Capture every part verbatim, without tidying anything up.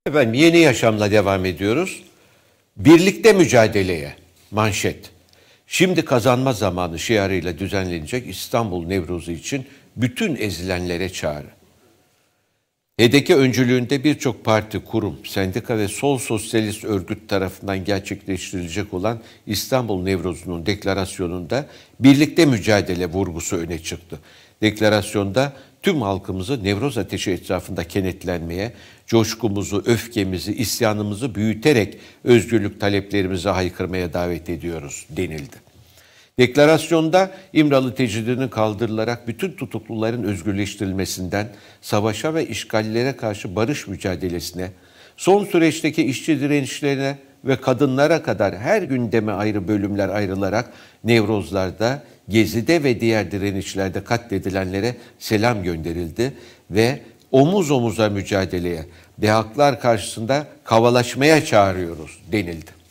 Efendim Yeni Yaşam'la devam ediyoruz. Birlikte mücadeleye manşet. Şimdi kazanma zamanı şiarıyla düzenlenecek İstanbul Nevrozu için bütün ezilenlere çağrı. H D P öncülüğünde birçok parti, kurum, sendika ve sol sosyalist örgüt tarafından gerçekleştirilecek olan İstanbul Nevrozu'nun deklarasyonunda birlikte mücadele vurgusu öne çıktı. Deklarasyonda tüm halkımızı Nevroz ateşi etrafında kenetlenmeye, coşkumuzu, öfkemizi, isyanımızı büyüterek özgürlük taleplerimizi haykırmaya davet ediyoruz denildi. Deklarasyonda İmralı tecridinin kaldırılarak bütün tutukluların özgürleştirilmesinden, savaşa ve işgallere karşı barış mücadelesine, son süreçteki işçi direnişlerine ve kadınlara kadar her gündeme ayrı bölümler ayrılarak Nevrozlarda, Gezi'de ve diğer direnişlerde katledilenlere selam gönderildi ve omuz omuza mücadeleye ve haklar karşısında kavalaşmaya çağırıyoruz denildi.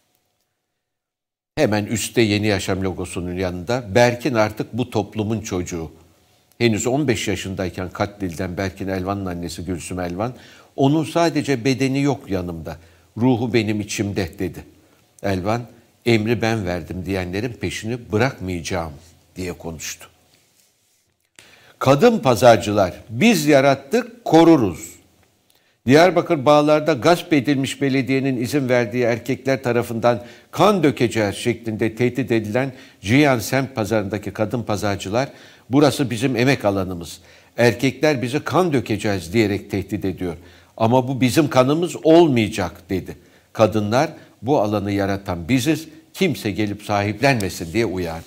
Hemen üstte Yeni Yaşam logosunun yanında Berkin artık bu toplumun çocuğu. Henüz on beş yaşındayken katledilen Berkin Elvan'ın annesi Gülsüm Elvan, onun sadece bedeni yok yanımda, ruhu benim içimde dedi. Elvan, emri ben verdim diyenlerin peşini bırakmayacağım diye konuştu. Kadın pazarcılar, biz yarattık, koruruz. Diyarbakır Bağlar'da gasp edilmiş belediyenin izin verdiği erkekler tarafından kan dökeceğiz şeklinde tehdit edilen Cihan Semt Pazarı'ndaki kadın pazarcılar, burası bizim emek alanımız, erkekler bizi kan dökeceğiz diyerek tehdit ediyor. Ama bu bizim kanımız olmayacak dedi. Kadınlar, bu alanı yaratan biziz, kimse gelip sahiplenmesin diye uyardı.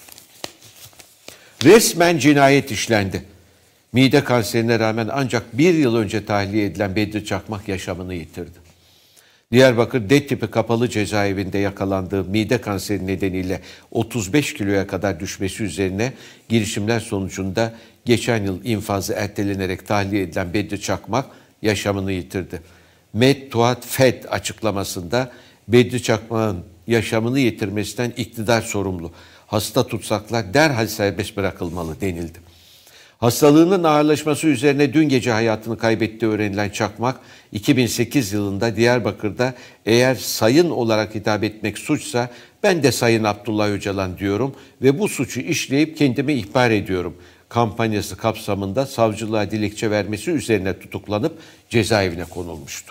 Resmen cinayet işlendi. Mide kanserine rağmen ancak bir yıl önce tahliye edilen Bedri Çakmak yaşamını yitirdi. Diyarbakır D tipi kapalı cezaevinde yakalandığı mide kanseri nedeniyle otuz beş kiloya kadar düşmesi üzerine girişimler sonucunda geçen yıl infazı ertelenerek tahliye edilen Bedri Çakmak yaşamını yitirdi. Med Tuat Fed açıklamasında Bedri Çakmak'ın yaşamını yitirmesinden iktidar sorumlu. Hasta tutsaklar derhal serbest bırakılmalı denildi. Hastalığının ağırlaşması üzerine dün gece hayatını kaybettiği öğrenilen Çakmak, iki bin sekiz yılında Diyarbakır'da eğer sayın olarak hitap etmek suçsa ben de Sayın Abdullah Öcalan diyorum ve bu suçu işleyip kendimi ihbar ediyorum kampanyası kapsamında savcılığa dilekçe vermesi üzerine tutuklanıp cezaevine konulmuştu.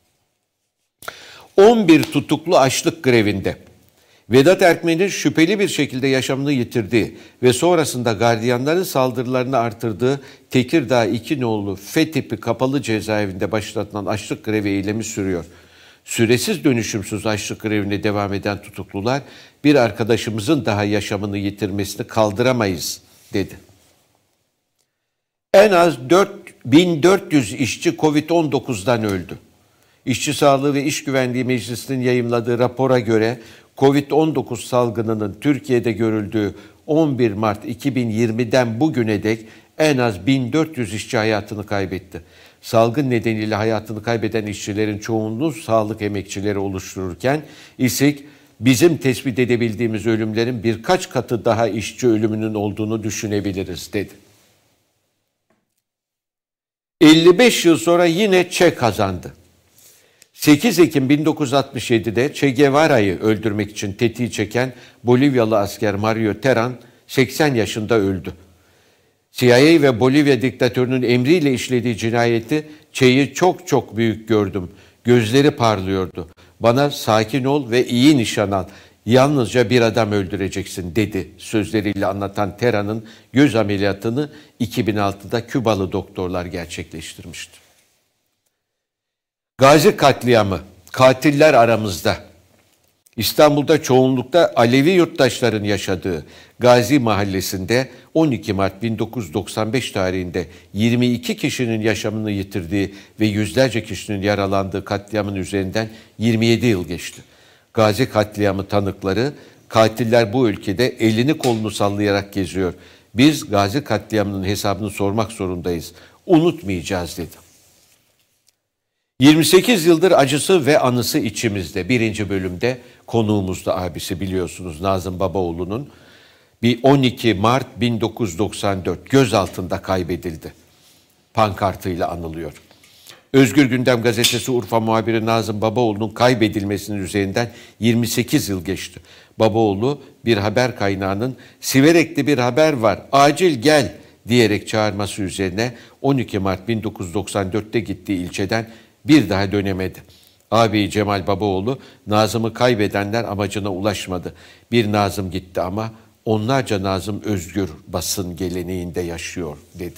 on bir tutuklu açlık grevinde. Vedat Erkmen'in şüpheli bir şekilde yaşamını yitirdiği ve sonrasında gardiyanların saldırılarını artırdığı Tekirdağ iki nolu F tipi kapalı cezaevinde başlatılan açlık grevi eylemi sürüyor. Süresiz dönüşümsüz açlık grevine devam eden tutuklular, bir arkadaşımızın daha yaşamını yitirmesini kaldıramayız dedi. En az bin dört yüz işçi kovid on dokuzdan öldü. İşçi Sağlığı ve İş Güvenliği Meclisi'nin yayımladığı rapora göre kovid on dokuz salgınının Türkiye'de görüldüğü on bir Mart iki bin yirmiden bugüne dek en az bin dört yüz işçi hayatını kaybetti. Salgın nedeniyle hayatını kaybeden işçilerin çoğunluğu sağlık emekçileri oluştururken İSİK, bizim tespit edebildiğimiz ölümlerin birkaç katı daha işçi ölümünün olduğunu düşünebiliriz dedi. elli beş yıl sonra yine Che kazandı. sekiz Ekim bin dokuz yüz altmış yedi'de Che Guevara'yı öldürmek için tetiği çeken Bolivyalı asker Mario Terán seksen yaşında öldü. C I A ve Bolivya diktatörünün emriyle işlediği cinayeti Che'yi çok çok büyük gördüm. Gözleri parlıyordu. Bana sakin ol ve iyi nişan al. Yalnızca bir adam öldüreceksin dedi sözleriyle anlatan Terán'ın göz ameliyatını iki bin altı'da Kübalı doktorlar gerçekleştirmişti. Gazi katliamı, katiller aramızda. İstanbul'da çoğunlukta Alevi yurttaşların yaşadığı Gazi Mahallesi'nde on iki Mart bin dokuz yüz doksan beş tarihinde yirmi iki kişinin yaşamını yitirdiği ve yüzlerce kişinin yaralandığı katliamın üzerinden yirmi yedi yıl geçti. Gazi katliamı tanıkları, katiller bu ülkede elini kolunu sallayarak geziyor. Biz Gazi katliamının hesabını sormak zorundayız. Unutmayacağız dedi. yirmi sekiz yıldır acısı ve anısı içimizde. Birinci bölümde konuğumuzda abisi biliyorsunuz Nazım Babaoğlu'nun bir on iki Mart bin dokuz yüz doksan dört gözaltında kaybedildi. Pankartıyla anılıyor. Özgür Gündem Gazetesi Urfa muhabiri Nazım Babaoğlu'nun kaybedilmesinin üzerinden yirmi sekiz yıl geçti. Babaoğlu bir haber kaynağının "Siverek'te bir haber var, acil gel" diyerek çağırması üzerine on iki Mart bin dokuz yüz doksan dört'te gittiği ilçeden bir daha dönemedi. Ağabeyi Cemal Babaoğlu, Nazım'ı kaybedenler amacına ulaşmadı. Bir Nazım gitti ama onlarca Nazım özgür basın geleneğinde yaşıyor dedi.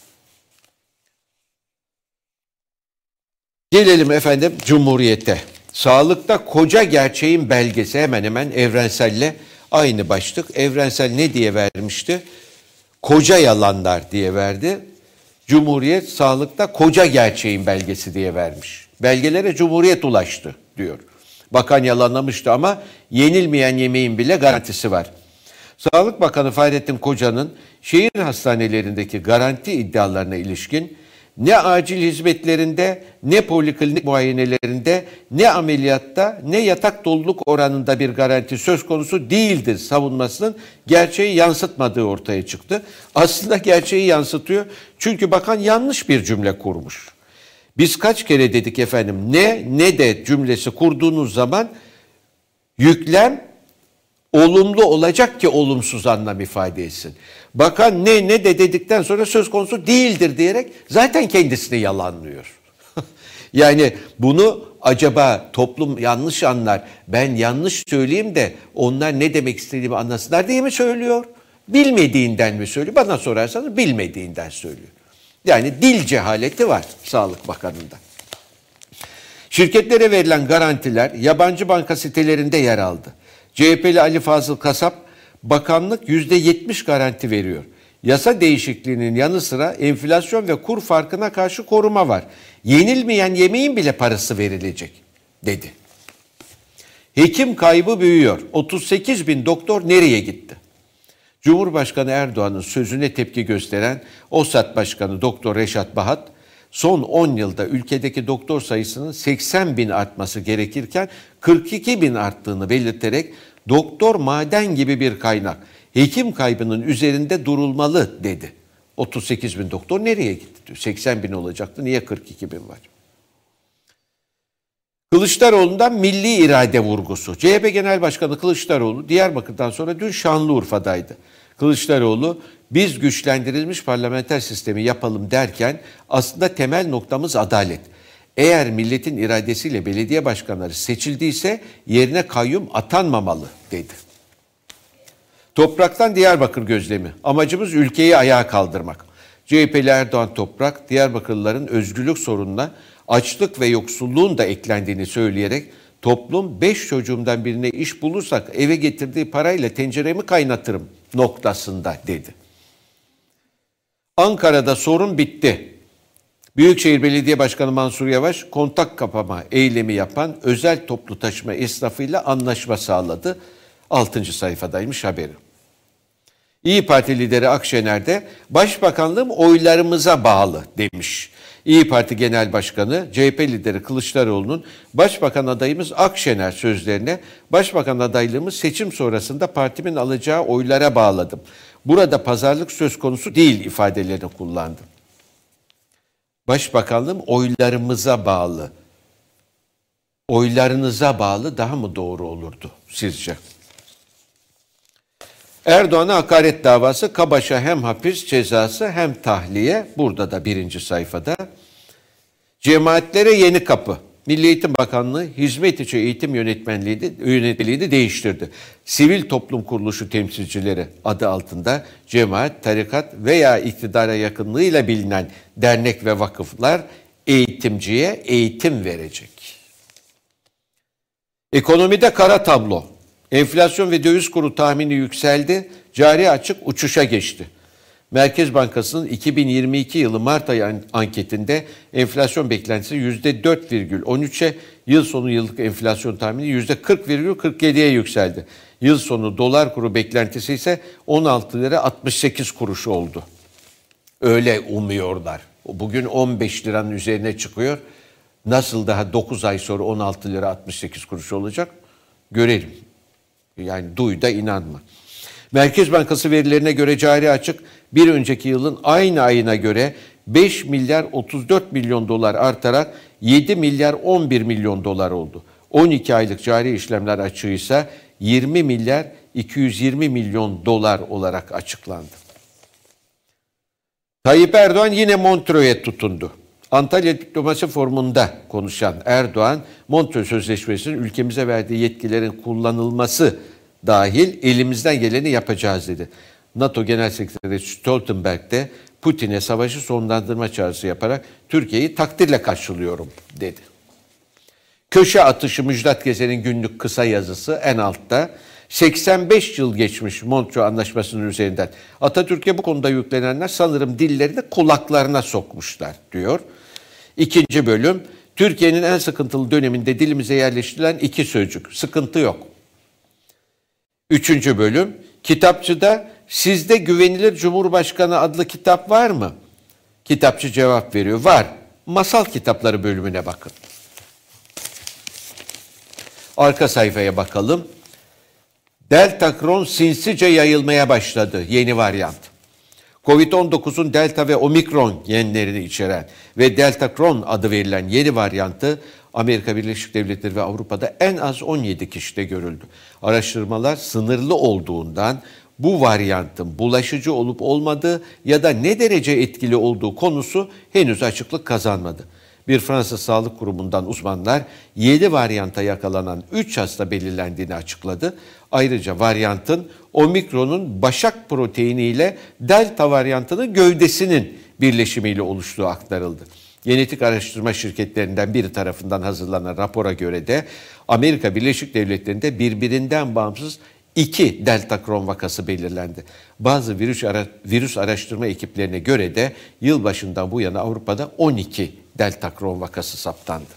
Gelelim efendim Cumhuriyet'e. Sağlıkta koca gerçeğin belgesi, hemen hemen Evrensel'le aynı başlık. Evrensel ne diye vermişti? Koca yalanlar diye verdi. Cumhuriyet sağlıkta koca gerçeğin belgesi diye vermiş. Belgelere Cumhuriyet ulaştı diyor. Bakan yalanlamıştı ama yenilmeyen yemeğin bile garantisi var. Sağlık Bakanı Fahrettin Koca'nın şehir hastanelerindeki garanti iddialarına ilişkin ne acil hizmetlerinde, ne poliklinik muayenelerinde, ne ameliyatta, ne yatak doluluk oranında bir garanti söz konusu değildir savunmasının gerçeği yansıtmadığı ortaya çıktı. Aslında gerçeği yansıtıyor. Çünkü bakan yanlış bir cümle kurmuş. Biz kaç kere dedik efendim, ne ne de cümlesi kurduğunuz zaman yüklem olumlu olacak ki olumsuz anlam ifade etsin. Bakan ne ne de dedikten sonra söz konusu değildir diyerek zaten kendisini yalanlıyor. Yani bunu acaba toplum yanlış anlar, ben yanlış söyleyeyim de onlar ne demek istediğimi anlasınlar diye mi söylüyor? Bilmediğinden mi söylüyor? Bana sorarsanız bilmediğinden söylüyor. Yani dil cehaleti var Sağlık Bakanı'nda. Şirketlere verilen garantiler yabancı banka sitelerinde yer aldı. C H P'li Ali Fazıl Kasap, bakanlık yüzde yetmiş garanti veriyor. Yasa değişikliğinin yanı sıra enflasyon ve kur farkına karşı koruma var. Yenilmeyen yemeğin bile parası verilecek dedi. Hekim kaybı büyüyor. otuz sekiz bin doktor nereye gitti? Cumhurbaşkanı Erdoğan'ın sözüne tepki gösteren OSAD Başkanı Doktor Reşat Bahat, son on yılda ülkedeki doktor sayısının seksen bin artması gerekirken kırk iki bin arttığını belirterek doktor maden gibi bir kaynak, hekim kaybının üzerinde durulmalı dedi. otuz sekiz bin doktor nereye gitti diyor. seksen bin olacaktı, niye kırk iki bin var? Kılıçdaroğlu'ndan milli irade vurgusu. C H P Genel Başkanı Kılıçdaroğlu Diyarbakır'dan sonra dün Şanlıurfa'daydı. Kılıçdaroğlu, biz güçlendirilmiş parlamenter sistemi yapalım derken aslında temel noktamız adalet. Eğer milletin iradesiyle belediye başkanları seçildiyse yerine kayyum atanmamalı dedi. Topraktan Diyarbakır gözlemi. Amacımız ülkeyi ayağa kaldırmak. C H P'li Erdoğan Toprak, Diyarbakırlıların özgürlük sorununa açlık ve yoksulluğun da eklendiğini söyleyerek toplum beş çocuğumdan birine iş bulursak eve getirdiği parayla tenceremi kaynatırım noktasında dedi. Ankara'da sorun bitti. Büyükşehir Belediye Başkanı Mansur Yavaş kontak kapama eylemi yapan özel toplu taşıma esnafıyla anlaşma sağladı. altıncı sayfadaymış haberi. İYİ Parti lideri Akşener de başbakanlığım oylarımıza bağlı demiş. İYİ Parti Genel Başkanı C H P lideri Kılıçdaroğlu'nun başbakan adayımız Akşener sözlerine başbakan adaylığımı seçim sonrasında partimin alacağı oylara bağladım. Burada pazarlık söz konusu değil ifadelerini kullandı. Başbakanlığım oylarımıza bağlı. Oylarınıza bağlı daha mı doğru olurdu sizce? Erdoğan'a hakaret davası, Kabaş'a hem hapis cezası hem tahliye. Burada da birinci sayfada. Cemaatlere yeni kapı. Milli Eğitim Bakanlığı hizmet içi eğitim yönetmenliğini, yönetmeliğini değiştirdi. Sivil toplum kuruluşu temsilcileri adı altında cemaat, tarikat veya iktidara yakınlığıyla bilinen dernek ve vakıflar eğitimciye eğitim verecek. Ekonomide kara tablo. Enflasyon ve döviz kuru tahmini yükseldi, cari açık uçuşa geçti. Merkez Bankası'nın iki bin yirmi iki yılı Mart ayı anketinde enflasyon beklentisi yüzde dört virgül on üçe, yıl sonu yıllık enflasyon tahmini yüzde kırk virgül kırk yediye yükseldi. Yıl sonu dolar kuru beklentisi ise on altı lira altmış sekiz kuruş oldu. Öyle umuyorlar. Bugün on beş liranın üzerine çıkıyor. Nasıl daha dokuz ay sonra on altı lira altmış sekiz kuruş olacak? Görelim. Yani duy da inanma. Merkez Bankası verilerine göre cari açık bir önceki yılın aynı ayına göre beş milyar otuz dört milyon dolar artarak yedi milyar on bir milyon dolar oldu. on iki aylık cari işlemler açığı ise yirmi milyar iki yüz yirmi milyon dolar olarak açıklandı. Tayyip Erdoğan yine Montreux'e tutundu. Antalya Diplomasi Forumu'nda konuşan Erdoğan, Montreux Sözleşmesi'nin ülkemize verdiği yetkilerin kullanılması dahil elimizden geleni yapacağız dedi. NATO Genel Sekreteri Stoltenberg de Putin'e savaşı sonlandırma çağrısı yaparak Türkiye'yi takdirle karşılıyorum dedi. Köşe atışı Müjdat Gezen'in günlük kısa yazısı en altta. seksen beş yıl geçmiş Montreux Anlaşması'nın üzerinden. Atatürk'e bu konuda yüklenenler sanırım dillerini kulaklarına sokmuşlar diyor. İkinci bölüm, Türkiye'nin en sıkıntılı döneminde dilimize yerleştirilen iki sözcük. Sıkıntı yok. Üçüncü bölüm, kitapçıda sizde güvenilir Cumhurbaşkanı adlı kitap var mı? Kitapçı cevap veriyor. Var. Masal kitapları bölümüne bakın. Arka sayfaya bakalım. Delta Kron sinsice yayılmaya başladı. Yeni varyant. kovid on dokuzun Delta ve Omikron genlerini içeren ve Delta Kron adı verilen yeni varyantı Amerika Birleşik Devletleri ve Avrupa'da en az on yedi kişide görüldü. Araştırmalar sınırlı olduğundan bu varyantın bulaşıcı olup olmadığı ya da ne derece etkili olduğu konusu henüz açıklık kazanmadı. Bir Fransız Sağlık Kurumu'ndan uzmanlar yedi varyanta yakalanan üç hasta belirlendiğini açıkladı. Ayrıca varyantın Omikron'un başak proteiniyle Delta varyantının gövdesinin birleşimiyle oluştuğu aktarıldı. Genetik araştırma şirketlerinden biri tarafından hazırlanan rapora göre de Amerika Birleşik Devletleri'nde birbirinden bağımsız iki Delta Kron vakası belirlendi. Bazı virüs, ara, virüs araştırma ekiplerine göre de yılbaşından bu yana Avrupa'da on iki Delta Kron vakası saptandı.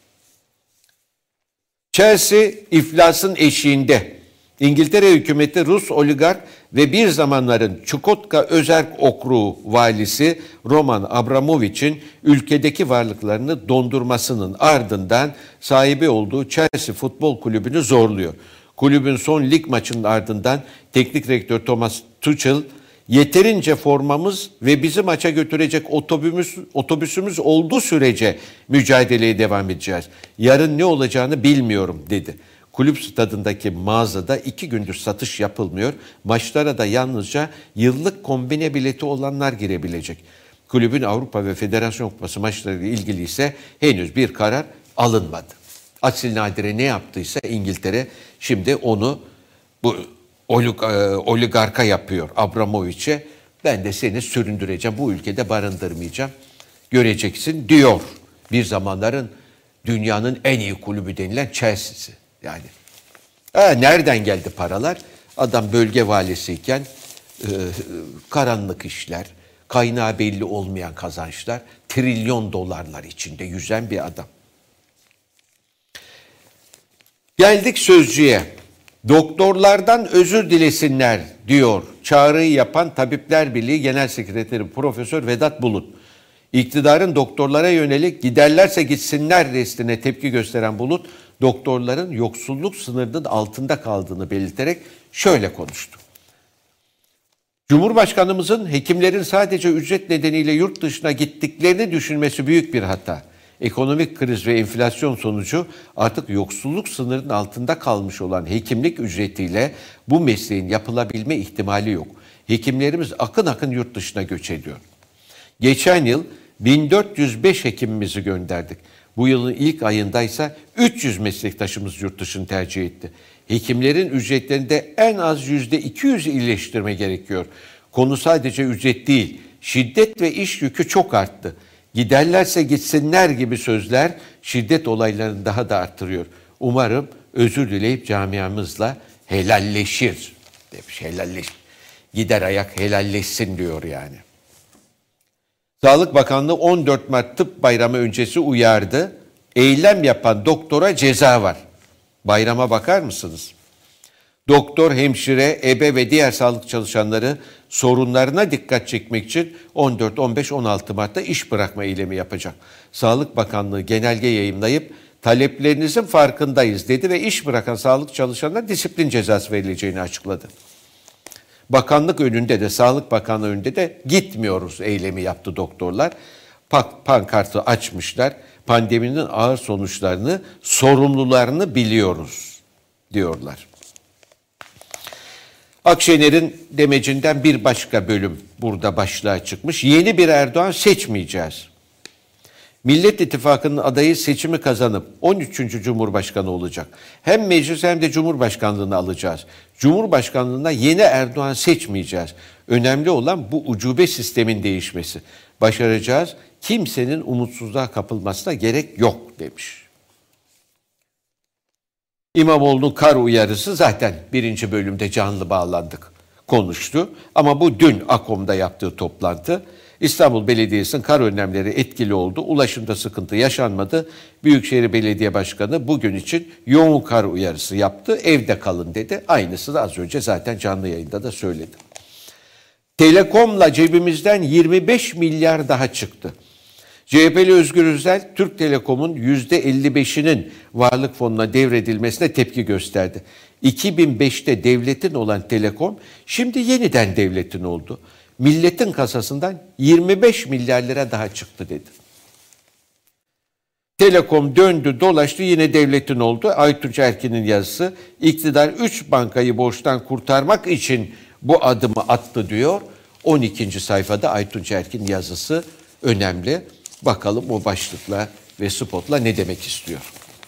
Chelsea iflasın eşiğinde. İngiltere hükümeti Rus oligark ve bir zamanların Çukotka Özerk Okruğu valisi Roman Abramovich'in ülkedeki varlıklarını dondurmasının ardından sahibi olduğu Chelsea Futbol Kulübü'nü zorluyor. Kulübün son lig maçının ardından teknik direktör Thomas Tuchel, yeterince formamız ve bizi maça götürecek otobüsümüz, otobüsümüz olduğu sürece mücadeleye devam edeceğiz. Yarın ne olacağını bilmiyorum dedi. Kulüp stadındaki mağazada iki gündür satış yapılmıyor. Maçlara da yalnızca yıllık kombine bileti olanlar girebilecek. Kulübün Avrupa ve Federasyon Kupası maçlarıyla ilgili ise henüz bir karar alınmadı. Asil Nadire ne yaptıysa İngiltere şimdi onu bu oligarka yapıyor, Abramovich'e. Ben de seni süründüreceğim, bu ülkede barındırmayacağım, göreceksin diyor. Bir zamanların dünyanın en iyi kulübü denilen Chelsea'si. Yani ha, nereden geldi paralar? Adam bölge valisiyken e, karanlık işler, kaynağı belli olmayan kazançlar, trilyon dolarlar içinde yüzen bir adam. Geldik sözcüye. Doktorlardan özür dilesinler diyor çağrıyı yapan Tabipler Birliği Genel Sekreteri Profesör Vedat Bulut. İktidarın doktorlara yönelik giderlerse gitsinler restine tepki gösteren Bulut, doktorların yoksulluk sınırının altında kaldığını belirterek şöyle konuştu. Cumhurbaşkanımızın hekimlerin sadece ücret nedeniyle yurt dışına gittiklerini düşünmesi büyük bir hata. Ekonomik kriz ve enflasyon sonucu artık yoksulluk sınırının altında kalmış olan hekimlik ücretiyle bu mesleğin yapılabilme ihtimali yok. Hekimlerimiz akın akın yurt dışına göç ediyor. Geçen yıl bin dört yüz beş hekimimizi gönderdik. Bu yılın ilk ayındaysa üç yüz meslektaşımız yurt dışını tercih etti. Hekimlerin ücretlerinde en az yüzde iki yüz iyileştirme gerekiyor. Konu sadece ücret değil, şiddet ve iş yükü çok arttı. Giderlerse gitsinler gibi sözler şiddet olaylarını daha da arttırıyor. Umarım özür dileyip camiamızla helalleşir demiş. Helalleş. Gider ayak helalleşsin diyor yani. Sağlık Bakanlığı on dört Mart Tıp Bayramı öncesi uyardı. Eylem yapan doktora ceza var. Bayrama bakar mısınız? Doktor, hemşire, ebe ve diğer sağlık çalışanları sorunlarına dikkat çekmek için on dört, on beş, on altı Mart'ta iş bırakma eylemi yapacak. Sağlık Bakanlığı genelge yayımlayıp taleplerinizin farkındayız dedi ve iş bırakan sağlık çalışanlarına disiplin cezası verileceğini açıkladı. Bakanlık önünde de, Sağlık Bakanlığı önünde de gitmiyoruz eylemi yaptı doktorlar. Pankartı açmışlar. Pandeminin ağır sonuçlarını, sorumlularını biliyoruz diyorlar. Akşener'in demecinden bir başka bölüm burada başlığa çıkmış. Yeni bir Erdoğan seçmeyeceğiz. Millet İttifakı'nın adayı seçimi kazanıp on üçüncü Cumhurbaşkanı olacak. Hem meclis hem de Cumhurbaşkanlığını alacağız. Cumhurbaşkanlığına yeni Erdoğan seçmeyeceğiz. Önemli olan bu ucube sistemin değişmesi. Başaracağız. Kimsenin umutsuzluğa kapılmasına gerek yok demiş. İmamoğlu'nun kar uyarısı zaten birinci bölümde canlı bağlandık, konuştu. Ama bu dün AKOM'da yaptığı toplantı. İstanbul Belediyesi'nin kar önlemleri etkili oldu. Ulaşımda sıkıntı yaşanmadı. Büyükşehir Belediye Başkanı bugün için yoğun kar uyarısı yaptı. Evde kalın dedi. Aynısı da az önce zaten canlı yayında da söyledim. Telekom'la cebimizden yirmi beş milyar daha çıktı. C H P'li Özgür Özel, Türk Telekom'un yüzde elli beşinin varlık fonuna devredilmesine tepki gösterdi. iki bin beşte devletin olan Telekom şimdi yeniden devletin oldu. Milletin kasasından yirmi beş milyar lira daha çıktı dedi. Telekom döndü dolaştı yine devletin oldu. Aytunç Erkin'in yazısı, iktidar üç bankayı borçtan kurtarmak için bu adımı attı diyor. on ikinci sayfada Aytunç Erkin yazısı önemli. Bakalım o başlıkla ve spotla ne demek istiyor.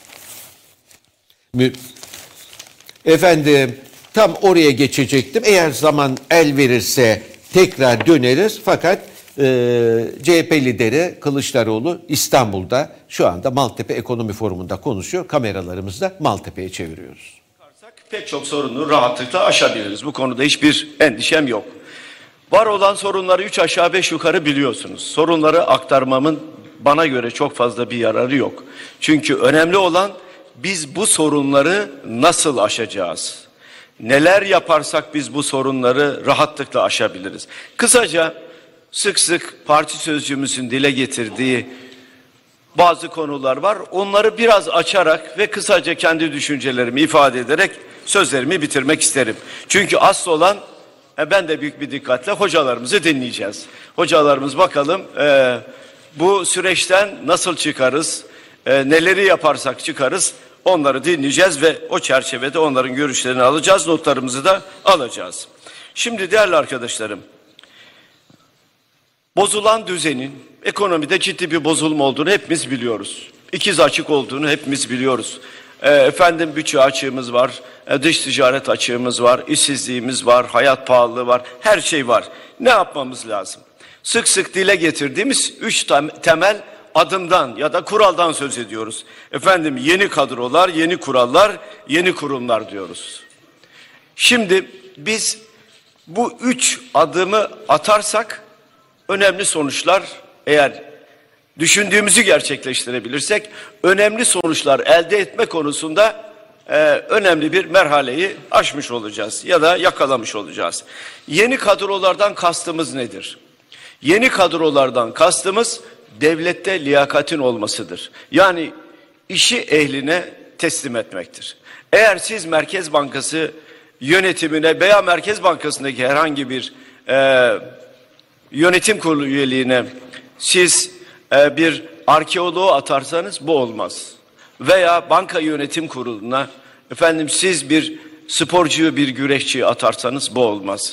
Efendim tam oraya geçecektim. Eğer zaman el verirse tekrar döneriz. Fakat e, C H P lideri Kılıçdaroğlu İstanbul'da şu anda Maltepe Ekonomi Forumu'nda konuşuyor. Kameralarımızı da Maltepe'ye çeviriyoruz. Pek çok sorunu rahatlıkla aşabiliriz. Bu konuda hiçbir endişem yok. Var olan sorunları üç aşağı beş yukarı biliyorsunuz. Sorunları aktarmamın bana göre çok fazla bir yararı yok. Çünkü önemli olan biz bu sorunları nasıl aşacağız? Neler yaparsak biz bu sorunları rahatlıkla aşabiliriz? Kısaca sık sık parti sözcümüzün dile getirdiği bazı konular var. Onları biraz açarak ve kısaca kendi düşüncelerimi ifade ederek sözlerimi bitirmek isterim. Çünkü asıl olan e, ben de büyük bir dikkatle hocalarımızı dinleyeceğiz. Hocalarımız bakalım e, bu süreçten nasıl çıkarız, e, neleri yaparsak çıkarız, onları dinleyeceğiz ve o çerçevede onların görüşlerini alacağız, notlarımızı da alacağız. Şimdi değerli arkadaşlarım, bozulan düzenin ekonomide ciddi bir bozulma olduğunu hepimiz biliyoruz. İkiz açık olduğunu hepimiz biliyoruz. E, efendim bütçe açığımız var, e, dış ticaret açığımız var, işsizliğimiz var, hayat pahalılığı var, her şey var. Ne yapmamız lazım? Sık sık dile getirdiğimiz üç temel adımdan ya da kuraldan söz ediyoruz. Efendim yeni kadrolar, yeni kurallar, yeni kurumlar diyoruz. Şimdi biz bu üç adımı atarsak önemli sonuçlar, eğer düşündüğümüzü gerçekleştirebilirsek önemli sonuçlar elde etme konusunda e, önemli bir merhaleyi aşmış olacağız ya da yakalamış olacağız. Yeni kadrolardan kastımız nedir? Yeni kadrolardan kastımız devlette liyakatin olmasıdır. Yani işi ehline teslim etmektir. Eğer siz Merkez Bankası yönetimine veya Merkez Bankası'ndaki herhangi bir e, yönetim kurulu üyeliğine siz e, bir arkeoloğu atarsanız bu olmaz. Veya banka yönetim kuruluna efendim siz bir sporcuyu, bir güreşçiyi atarsanız bu olmaz.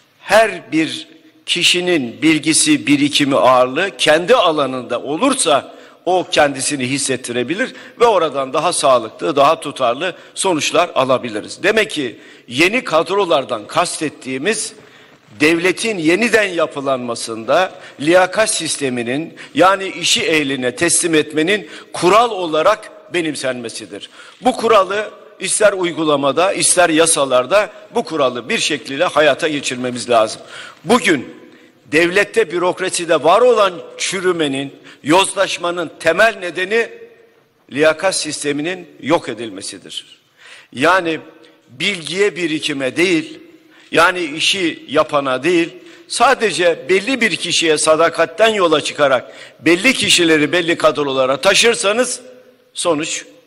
Her bir kişinin bilgisi, birikimi, ağırlığı kendi alanında olursa o kendisini hissettirebilir ve oradan daha sağlıklı, daha tutarlı sonuçlar alabiliriz. Demek ki yeni kadrolardan kastettiğimiz devletin yeniden yapılanmasında liyakat sisteminin, yani işi ehline teslim etmenin kural olarak benimsenmesidir. Bu kuralı ister uygulamada, ister yasalarda bu kuralı bir şekilde hayata geçirmemiz lazım. Bugün devlette, bürokraside var olan çürümenin, yozlaşmanın temel nedeni liyakat sisteminin yok edilmesidir. Yani bilgiye, birikime değil, yani işi yapana değil, sadece belli bir kişiye sadakatten yola çıkarak belli kişileri belli kadrolara taşırsanız sonuç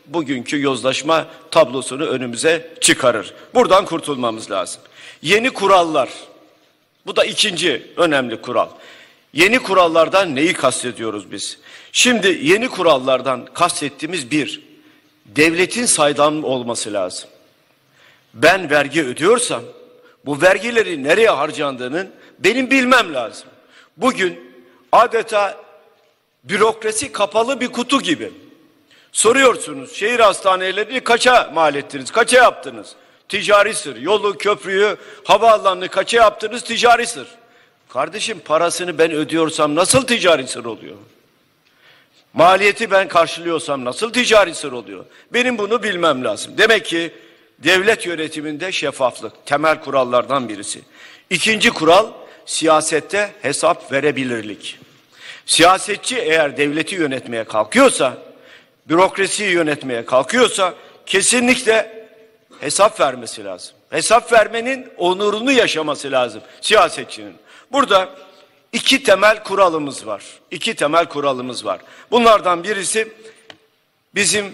bugünkü yozlaşma tablosunu önümüze çıkarır. Buradan kurtulmamız lazım. Yeni kurallar. Bu da ikinci önemli kural. Yeni kurallardan neyi kastediyoruz biz? Şimdi yeni kurallardan kastettiğimiz bir, devletin saydam olması lazım. Ben vergi ödüyorsam bu vergileri nereye harcandığının benim bilmem lazım. Bugün adeta bürokrasi kapalı bir kutu gibi. Soruyorsunuz, şehir hastanelerini kaça mal ettiniz, kaça yaptınız? Ticari sır. Yolu, köprüyü, havaalanını kaça yaptınız? Ticari sır. Kardeşim, parasını ben ödüyorsam nasıl ticari sır oluyor? Maliyeti ben karşılıyorsam nasıl ticari sır oluyor? Benim bunu bilmem lazım. Demek ki devlet yönetiminde şeffaflık temel kurallardan birisi. İkinci kural, siyasette hesap verebilirlik. Siyasetçi eğer devleti yönetmeye kalkıyorsa, bürokrasiyi yönetmeye kalkıyorsa kesinlikle hesap vermesi lazım. Hesap vermenin onurunu yaşaması lazım siyasetçinin. Burada iki temel kuralımız var. İki temel kuralımız var. Bunlardan birisi bizim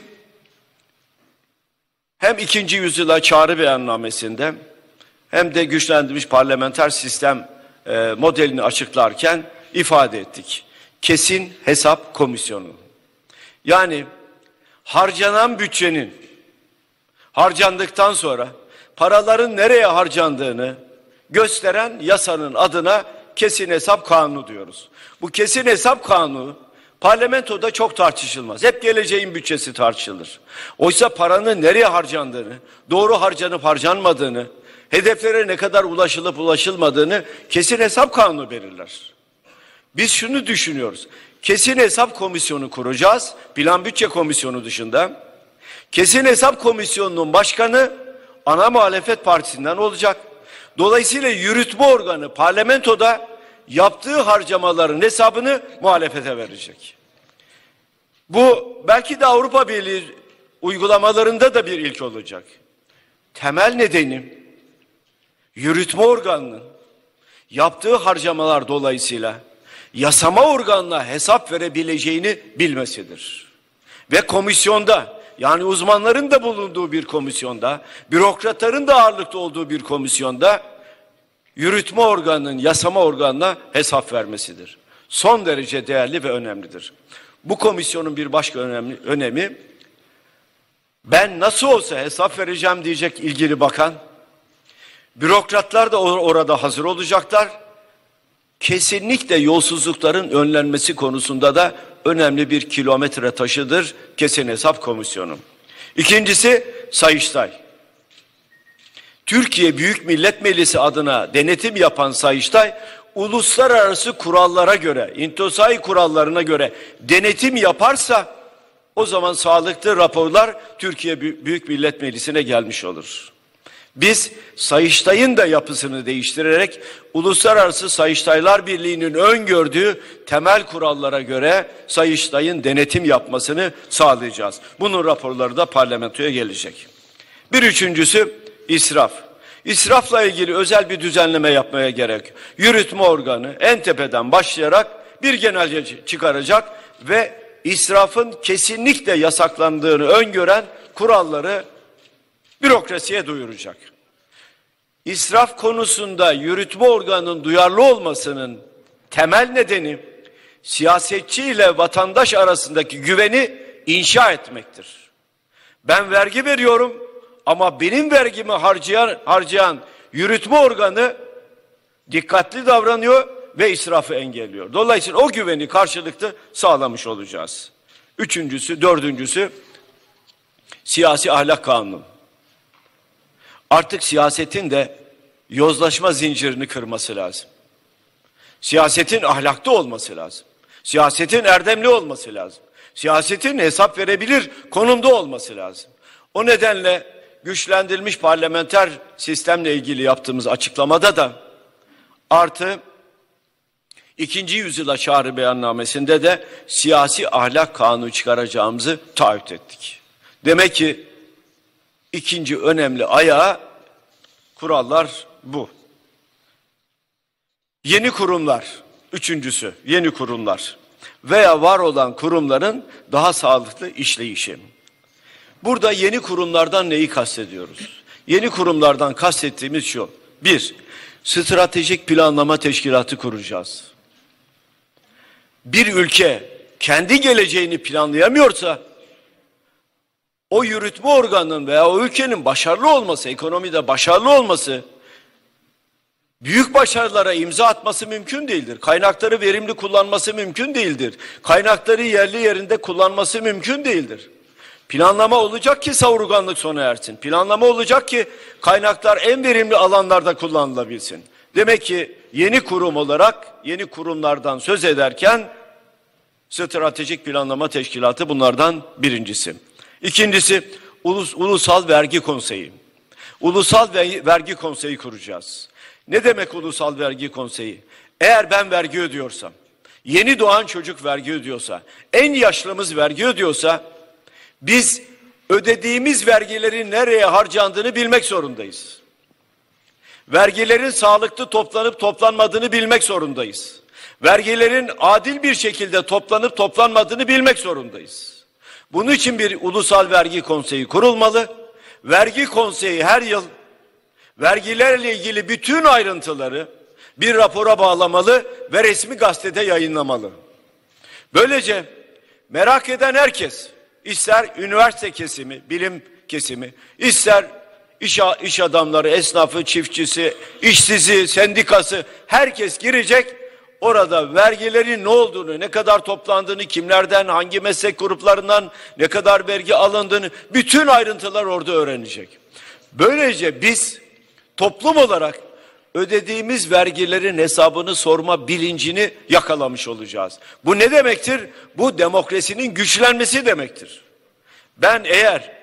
hem ikinci yüzyıla çağrı beyannamesinde hem de güçlendirilmiş parlamenter sistem e, modelini açıklarken ifade ettik. Kesin hesap komisyonu. Yani harcanan bütçenin harcandıktan sonra paraların nereye harcandığını gösteren yasanın adına kesin hesap kanunu diyoruz. Bu kesin hesap kanunu parlamentoda çok tartışılmaz. Hep geleceğin bütçesi tartışılır. Oysa paranın nereye harcandığını, doğru harcanıp harcanmadığını, hedeflere ne kadar ulaşılıp ulaşılmadığını kesin hesap kanunu belirler. Biz şunu düşünüyoruz. Kesin hesap komisyonu kuracağız. Plan bütçe komisyonu dışında. Kesin hesap komisyonunun başkanı ana muhalefet partisinden olacak. Dolayısıyla yürütme organı parlamentoda yaptığı harcamaların hesabını muhalefete verecek. Bu belki de Avrupa Birliği uygulamalarında da bir ilk olacak. Temel nedeni yürütme organının yaptığı harcamalar dolayısıyla yasama organına hesap verebileceğini bilmesidir. Ve komisyonda, yani uzmanların da bulunduğu bir komisyonda, bürokratların da ağırlıkta olduğu bir komisyonda yürütme organının yasama organına hesap vermesidir. Son derece değerli ve önemlidir. Bu komisyonun bir başka önemli önemi, ben nasıl olsa hesap vereceğim diyecek ilgili bakan, bürokratlar da or orada hazır olacaklar. Kesinlikle yolsuzlukların önlenmesi konusunda da önemli bir kilometre taşıdır kesin hesap komisyonu. İkincisi Sayıştay. Türkiye Büyük Millet Meclisi adına denetim yapan Sayıştay, uluslararası kurallara göre, İntosai kurallarına göre denetim yaparsa o zaman sağlıklı raporlar Türkiye Büyük Millet Meclisi'ne gelmiş olur. Biz Sayıştay'ın da yapısını değiştirerek Uluslararası Sayıştaylar Birliği'nin öngördüğü temel kurallara göre Sayıştay'ın denetim yapmasını sağlayacağız. Bunun raporları da parlamentoya gelecek. Bir üçüncüsü israf. İsrafla ilgili özel bir düzenleme yapmaya gerek. Yürütme organı en tepeden başlayarak bir genelge çıkaracak ve israfın kesinlikle yasaklandığını öngören kuralları bürokrasiye duyuracak. İsraf konusunda yürütme organının duyarlı olmasının temel nedeni siyasetçi ile vatandaş arasındaki güveni inşa etmektir. Ben vergi veriyorum ama benim vergimi harcayan, harcayan yürütme organı dikkatli davranıyor ve israfı engelliyor. Dolayısıyla o güveni karşılıklı sağlamış olacağız. Üçüncüsü, dördüncüsü siyasi ahlak kanunu. Artık siyasetin de yozlaşma zincirini kırması lazım. Siyasetin ahlaklı olması lazım. Siyasetin erdemli olması lazım. Siyasetin hesap verebilir konumda olması lazım. O nedenle güçlendirilmiş parlamenter sistemle ilgili yaptığımız açıklamada da artı ikinci yüzyıla çağrı beyannamesinde de siyasi ahlak kanunu çıkaracağımızı taahhüt ettik. Demek ki İkinci önemli ayağı kurallar bu. Yeni kurumlar, üçüncüsü yeni kurumlar veya var olan kurumların daha sağlıklı işleyişi. Burada yeni kurumlardan neyi kastediyoruz? Yeni kurumlardan kastettiğimiz şu. Bir, stratejik planlama teşkilatı kuracağız. Bir ülke kendi geleceğini planlayamıyorsa, o yürütme organının veya o ülkenin başarılı olması, ekonomide başarılı olması, büyük başarılara imza atması mümkün değildir. Kaynakları verimli kullanması mümkün değildir. Kaynakları yerli yerinde kullanması mümkün değildir. Planlama olacak ki savurganlık sona ersin. Planlama olacak ki kaynaklar en verimli alanlarda kullanılabilsin. Demek ki yeni kurum olarak, yeni kurumlardan söz ederken stratejik planlama teşkilatı bunlardan birincisi. İkincisi, ulus, ulusal vergi konseyi. Ulusal vergi konseyi kuracağız. Ne demek ulusal vergi konseyi? Eğer ben vergi ödüyorsam, yeni doğan çocuk vergi ödüyorsa, en yaşlımız vergi ödüyorsa, biz ödediğimiz vergilerin nereye harcandığını bilmek zorundayız. Vergilerin sağlıklı toplanıp toplanmadığını bilmek zorundayız. Vergilerin adil bir şekilde toplanıp toplanmadığını bilmek zorundayız. Bunun için bir ulusal vergi konseyi kurulmalı. Vergi konseyi her yıl vergilerle ilgili bütün ayrıntıları bir rapora bağlamalı ve resmi gazetede yayınlamalı. Böylece merak eden herkes, ister üniversite kesimi, bilim kesimi, ister iş, iş adamları, esnafı, çiftçisi, işsizi, sendikası, herkes girecek. Orada vergilerin ne olduğunu, ne kadar toplandığını, kimlerden, hangi meslek gruplarından ne kadar vergi alındığını, bütün ayrıntılar orada öğrenecek. Böylece biz toplum olarak ödediğimiz vergilerin hesabını sorma bilincini yakalamış olacağız. Bu ne demektir? Bu demokrasinin güçlenmesi demektir. Ben eğer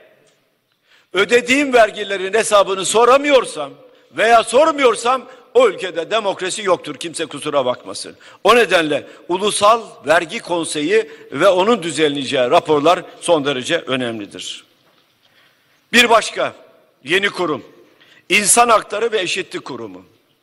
ödediğim vergilerin hesabını soramıyorsam veya sormuyorsam o ülkede demokrasi yoktur. Kimse kusura bakmasın. O nedenle Ulusal Vergi Konseyi ve onun düzenleyeceği raporlar son derece önemlidir. Bir başka yeni kurum, İnsan Hakları ve Eşitlik Kurumu.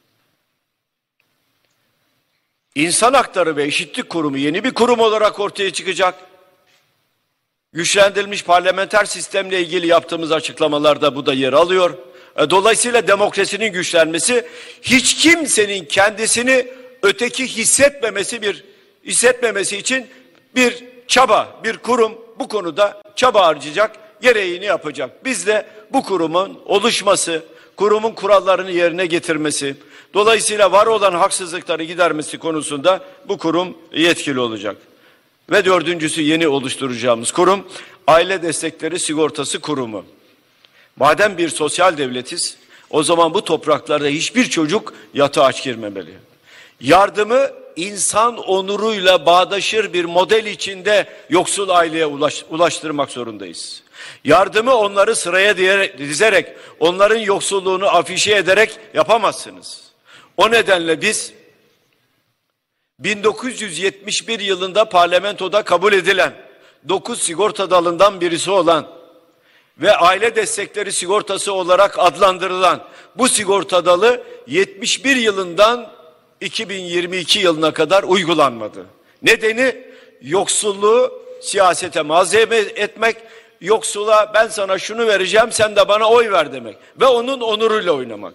İnsan Hakları ve Eşitlik Kurumu yeni bir kurum olarak ortaya çıkacak. Güçlendirilmiş parlamenter sistemle ilgili yaptığımız açıklamalarda bu da yer alıyor. Dolayısıyla demokrasinin güçlenmesi, hiç kimsenin kendisini öteki hissetmemesi bir hissetmemesi için bir çaba, bir kurum bu konuda çaba harcayacak, gereğini yapacak. Biz de bu kurumun oluşması, kurumun kurallarını yerine getirmesi, dolayısıyla var olan haksızlıkları gidermesi konusunda bu kurum yetkili olacak. Ve dördüncüsü yeni oluşturacağımız kurum, Aile Destekleri Sigortası Kurumu. Madem bir sosyal devletiz, o zaman bu topraklarda hiçbir çocuk yatağa aç girmemeli. Yardımı insan onuruyla bağdaşır bir model içinde yoksul aileye ulaş, ulaştırmak zorundayız. Yardımı onları sıraya dizerek, onların yoksulluğunu afişe ederek yapamazsınız. O nedenle biz bin dokuz yüz yetmiş bir yılında parlamentoda kabul edilen dokuz sigorta dalından birisi olan ve aile destekleri sigortası olarak adlandırılan bu sigorta dalı yetmiş bir yılından iki bin yirmi iki yılına kadar uygulanmadı. Nedeni yoksulluğu siyasete malzeme etmek, yoksula ben sana şunu vereceğim sen de bana oy ver demek ve onun onuruyla oynamak.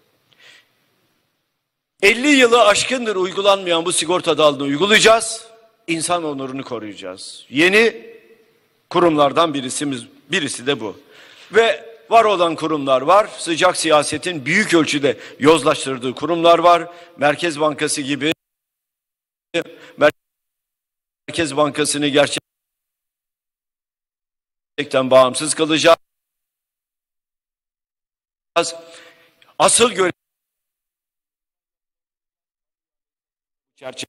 elli yılı aşkındır uygulanmayan bu sigorta dalını uygulayacağız. İnsan onurunu koruyacağız. Yeni kurumlardan birisimiz, birisi de bu. Ve var olan kurumlar var. Sıcak siyasetin büyük ölçüde yozlaştırdığı kurumlar var. Merkez Bankası gibi. Merkez Bankası'nı gerçekten bağımsız kılacağız. Asıl görev çerçeve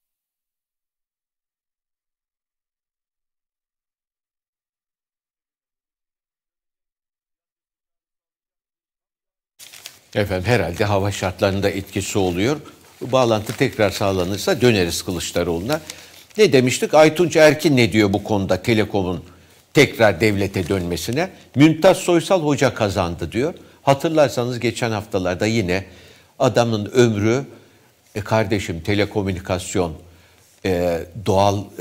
Efendim herhalde hava şartlarında etkisi oluyor. Bu bağlantı tekrar sağlanırsa döneriz Kılıçdaroğlu'na. Ne demiştik? Aytunç Erkin ne diyor bu konuda Telekom'un tekrar devlete dönmesine? Mümtaz Soysal Hoca kazandı diyor. Hatırlarsanız geçen haftalarda yine adamın ömrü, e kardeşim telekomünikasyon, e, doğal e,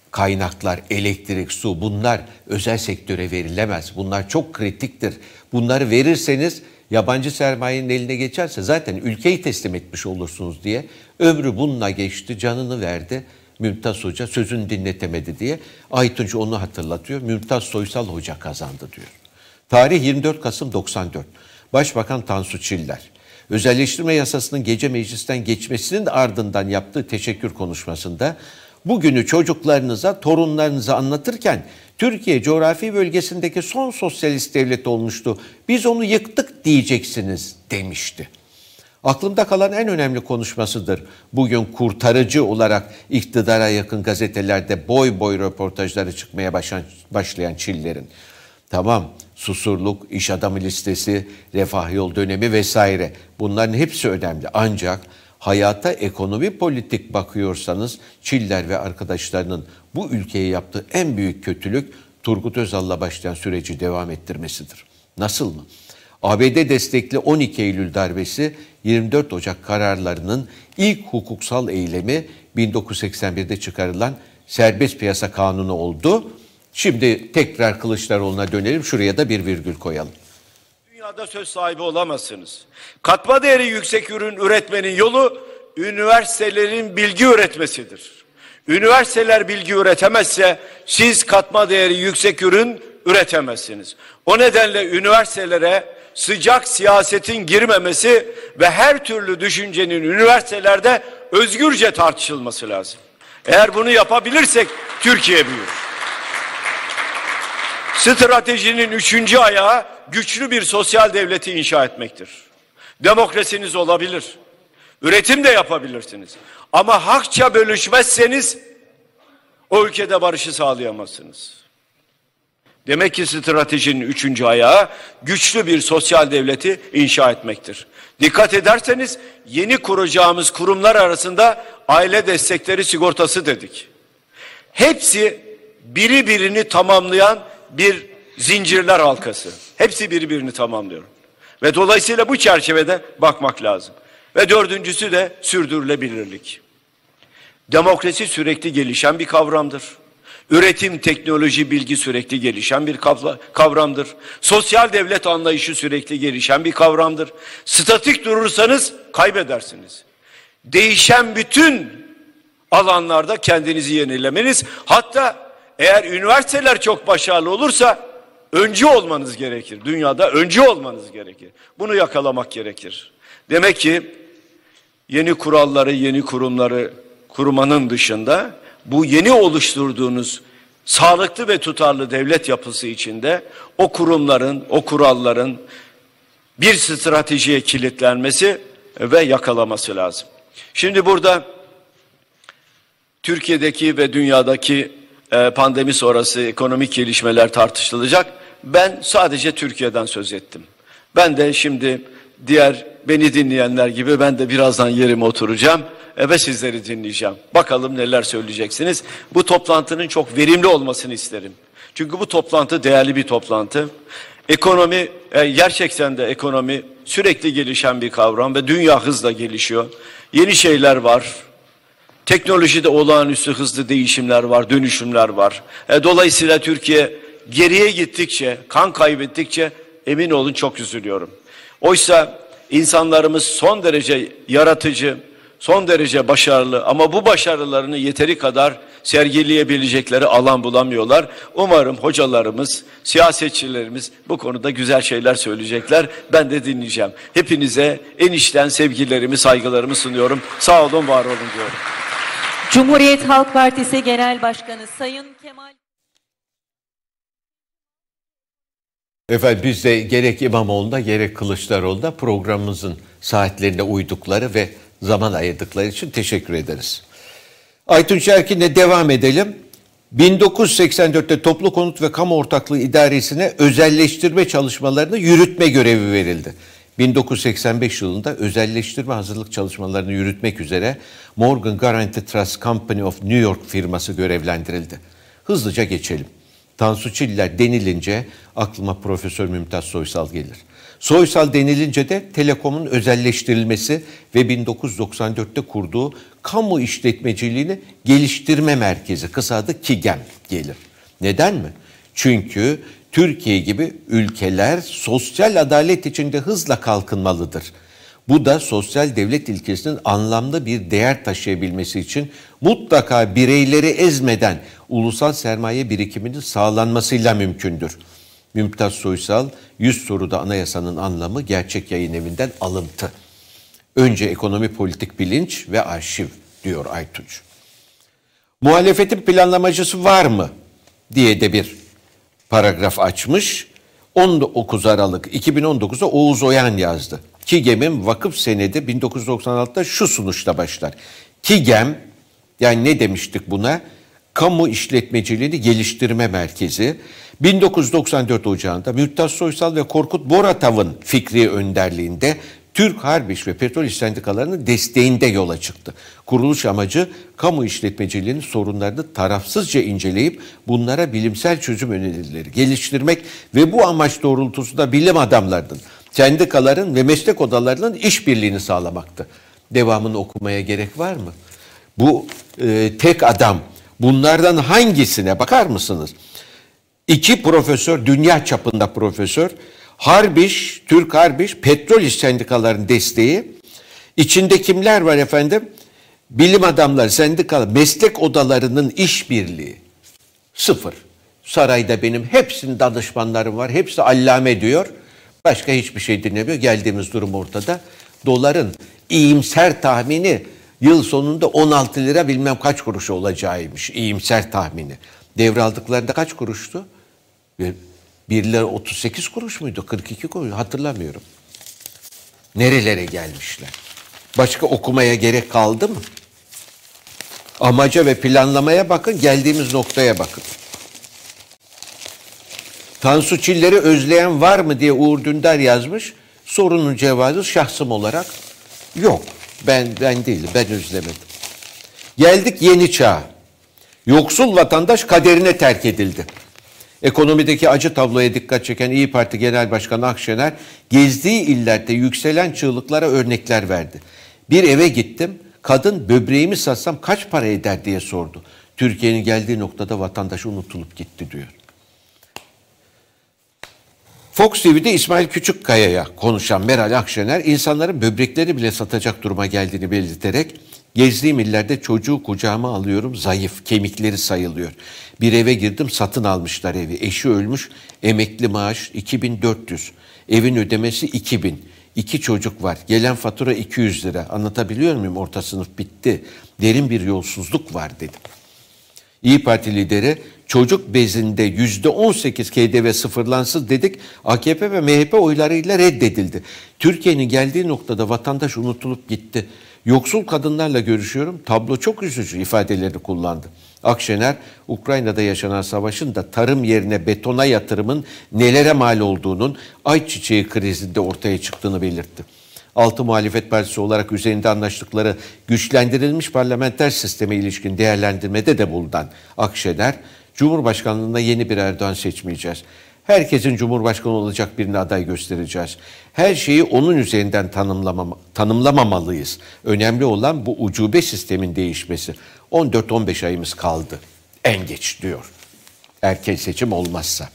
kaynaklar, elektrik, su bunlar özel sektöre verilemez. Bunlar çok kritiktir. Bunları verirseniz yabancı sermayenin eline geçerse zaten ülkeyi teslim etmiş olursunuz diye ömrü bununla geçti, canını verdi. Mümtaz Hoca sözünü dinletemedi diye Aytunç onu hatırlatıyor. Mümtaz Soysal Hoca kazandı diyor. Tarih yirmi dört Kasım doksan dört. Başbakan Tansu Çiller, özelleştirme yasasının gece meclisten geçmesinin ardından yaptığı teşekkür konuşmasında bugünü çocuklarınıza, torunlarınıza anlatırken Türkiye coğrafi bölgesindeki son sosyalist devlet olmuştu. Biz onu yıktık diyeceksiniz demişti. Aklımda kalan en önemli konuşmasıdır. Bugün kurtarıcı olarak iktidara yakın gazetelerde boy boy röportajları çıkmaya başlayan, başlayan Çiller'in. Tamam, Susurluk, iş adamı listesi, refah yol dönemi vesaire bunların hepsi önemli. Ancak hayata ekonomi politik bakıyorsanız Çiller ve arkadaşlarının bu ülkeye yaptığı en büyük kötülük Turgut Özal'la başlayan süreci devam ettirmesidir. Nasıl mı? A B D destekli on iki Eylül darbesi yirmi dört Ocak kararlarının ilk hukuksal eylemi bin dokuz yüz seksen birde çıkarılan serbest piyasa kanunu oldu. Şimdi tekrar Kılıçdaroğlu'na dönelim. Şuraya da bir virgül koyalım. Dünyada söz sahibi olamazsınız. Katma değeri yüksek ürün üretmenin yolu üniversitelerin bilgi üretmesidir. Üniversiteler bilgi üretemezse siz katma değeri yüksek ürün üretemezsiniz. O nedenle üniversitelere sıcak siyasetin girmemesi ve her türlü düşüncenin üniversitelerde özgürce tartışılması lazım. Eğer bunu yapabilirsek Türkiye büyür. Stratejinin üçüncü ayağı güçlü bir sosyal devleti inşa etmektir. Demokrasiniz olabilir. Üretim de yapabilirsiniz. Ama hakça bölüşmezseniz o ülkede barışı sağlayamazsınız. Demek ki stratejinin üçüncü ayağı güçlü bir sosyal devleti inşa etmektir. Dikkat ederseniz yeni kuracağımız kurumlar arasında aile destekleri sigortası dedik. Hepsi biri birini tamamlayan bir zincirler halkası. Hepsi birbirini tamamlıyor. Ve dolayısıyla bu çerçevede bakmak lazım. Ve dördüncüsü de sürdürülebilirlik. Demokrasi sürekli gelişen bir kavramdır. Üretim, teknoloji, bilgi sürekli gelişen bir kavramdır. Sosyal devlet anlayışı sürekli gelişen bir kavramdır. Statik durursanız kaybedersiniz. Değişen bütün alanlarda kendinizi yenilemeniz, hatta eğer üniversiteler çok başarılı olursa öncü olmanız gerekir. Dünyada öncü olmanız gerekir. Bunu yakalamak gerekir. Demek ki yeni kuralları, yeni kurumları kurmanın dışında bu yeni oluşturduğunuz sağlıklı ve tutarlı devlet yapısı içinde o kurumların, o kuralların bir stratejiye kilitlenmesi ve yakalaması lazım. Şimdi burada Türkiye'deki ve dünyadaki pandemi sonrası ekonomik gelişmeler tartışılacak. Ben sadece Türkiye'den söz ettim. Ben de şimdi diğer beni dinleyenler gibi ben de birazdan yerime oturacağım ve sizleri dinleyeceğim. Bakalım neler söyleyeceksiniz. Bu toplantının çok verimli olmasını isterim. Çünkü bu toplantı değerli bir toplantı. Ekonomi, gerçekten de ekonomi sürekli gelişen bir kavram ve dünya hızla gelişiyor. Yeni şeyler var. Teknolojide olağanüstü hızlı değişimler var, dönüşümler var. Dolayısıyla Türkiye geriye gittikçe, kan kaybettikçe emin olun çok üzülüyorum. Oysa insanlarımız son derece yaratıcı, son derece başarılı ama bu başarılarını yeteri kadar sergileyebilecekleri alan bulamıyorlar. Umarım hocalarımız, siyasetçilerimiz bu konuda güzel şeyler söyleyecekler. Ben de dinleyeceğim. Hepinize en içten sevgilerimi, saygılarımı sunuyorum. Sağ olun, var olun diyorum. Cumhuriyet Halk Partisi Genel Başkanı Sayın Kemal... Efendim biz de gerek İmamoğlu'nda gerek Kılıçdaroğlu'nda programımızın saatlerine uydukları ve zaman ayırdıkları için teşekkür ederiz. Aytunç Erkin'le devam edelim. bin dokuz yüz seksen dörtte Toplu Konut ve Kamu Ortaklığı İdaresi'ne özelleştirme çalışmalarını yürütme görevi verildi. bin dokuz yüz seksen beş yılında özelleştirme hazırlık çalışmalarını yürütmek üzere Morgan Guaranty Trust Company of New York firması görevlendirildi. Hızlıca geçelim. Tansu Çiller denilince aklıma Profesör Mümtaz Soysal gelir. Soysal denilince de Telekom'un özelleştirilmesi ve bin dokuz yüz doksan dörtte kurduğu Kamu İşletmeciliğini Geliştirme Merkezi, kısa adı KİGEM gelir. Neden mi? Çünkü Türkiye gibi ülkeler sosyal adalet içinde hızla kalkınmalıdır. Bu da sosyal devlet ilkesinin anlamlı bir değer taşıyabilmesi için mutlaka bireyleri ezmeden ulusal sermaye birikiminin sağlanmasıyla mümkündür. Mümtaz Soysal, yüz soruda anayasanın anlamı Gerçek Yayın Evi'nden alıntı. Önce ekonomi politik bilinç ve arşiv diyor Aytunç. Muhalefetin planlamacısı var mı diye de bir paragraf açmış. on dokuz Aralık iki bin on dokuzda Oğuz Oyan yazdı. KİGEM'in vakıf senedi bin dokuz yüz doksan altıda şu sonuçla başlar. KİGEM, yani ne demiştik buna? Kamu İşletmeciliğini Geliştirme Merkezi. bin dokuz yüz doksan dört Ocağı'nda Mümtaz Soysal ve Korkut Boratav'ın fikri önderliğinde Türk Harp İş ve Petrol İş Sendikalarının desteğinde yola çıktı. Kuruluş amacı kamu işletmeciliğinin sorunlarını tarafsızca inceleyip bunlara bilimsel çözüm önerileri geliştirmek ve bu amaç doğrultusunda bilim adamlarının, sendikaların ve meslek odalarının işbirliğini sağlamaktı. Devamını okumaya gerek var mı? Bu e, tek adam, bunlardan hangisine bakar mısınız? İki profesör, dünya çapında profesör, Harbiş, Türk Harbiş, Petrol İş Sendikalarının desteği. İçinde kimler var efendim? Bilim adamları, sendikalar, meslek odalarının işbirliği. Sıfır. Sarayda benim hepsinin danışmanlarım var. Hepsi allame diyor. Başka hiçbir şey dinlemiyor. Geldiğimiz durum ortada. Doların iyimser tahmini yıl sonunda on altı lira bilmem kaç kuruş olacağıymış. İyimser tahmini. Devraldıklarında kaç kuruştu? bir lira otuz sekiz kuruş muydu? kırk iki kuruş hatırlamıyorum. Nerelere gelmişler? Başka okumaya gerek kaldı mı? Amaca ve planlamaya bakın, geldiğimiz noktaya bakın. Tansu Çiller'i özleyen var mı diye Uğur Dündar yazmış. Sorunun cevabı şahsım olarak yok. Ben ben değilim, ben özlemedim. Geldik yeni çağa. Yoksul vatandaş kaderine terk edildi. Ekonomideki acı tabloya dikkat çeken İYİ Parti Genel Başkanı Akşener, gezdiği illerde yükselen çığlıklara örnekler verdi. Bir eve gittim, kadın böbreğimi satsam kaç para eder diye sordu. Türkiye'nin geldiği noktada vatandaş unutulup gitti diyor. Fox T V'de İsmail Küçükkaya'ya konuşan Meral Akşener, insanların böbrekleri bile satacak duruma geldiğini belirterek, gezdiğim illerde çocuğu kucağıma alıyorum, zayıf, kemikleri sayılıyor. Bir eve girdim, satın almışlar evi. Eşi ölmüş, emekli maaş iki bin dört yüz. Evin ödemesi iki bin. İki çocuk var. Gelen fatura iki yüz lira. Anlatabiliyor muyum? Orta sınıf bitti. Derin bir yolsuzluk var dedim. İYİ Parti lideri, çocuk bezinde yüzde on sekiz K D V sıfırlansın dedik. A K P ve M H P oylarıyla reddedildi. Türkiye'nin geldiği noktada vatandaş unutulup gitti. Yoksul kadınlarla görüşüyorum, tablo çok üzücü ifadelerini kullandı. Akşener, Ukrayna'da yaşanan savaşın da tarım yerine betona yatırımın nelere mal olduğunun ayçiçeği krizinde ortaya çıktığını belirtti. Altı muhalefet partisi olarak üzerinde anlaştıkları güçlendirilmiş parlamenter sisteme ilişkin değerlendirmede de bulunan Akşener, Cumhurbaşkanlığında yeni bir Erdoğan seçmeyeceğiz. Herkesin Cumhurbaşkanı olacak birini aday göstereceğiz. Her şeyi onun üzerinden tanımlamama, tanımlamamalıyız. Önemli olan bu ucube sistemin değişmesi. on dört on beş ayımız kaldı. En geç diyor. Erken seçim olmazsa.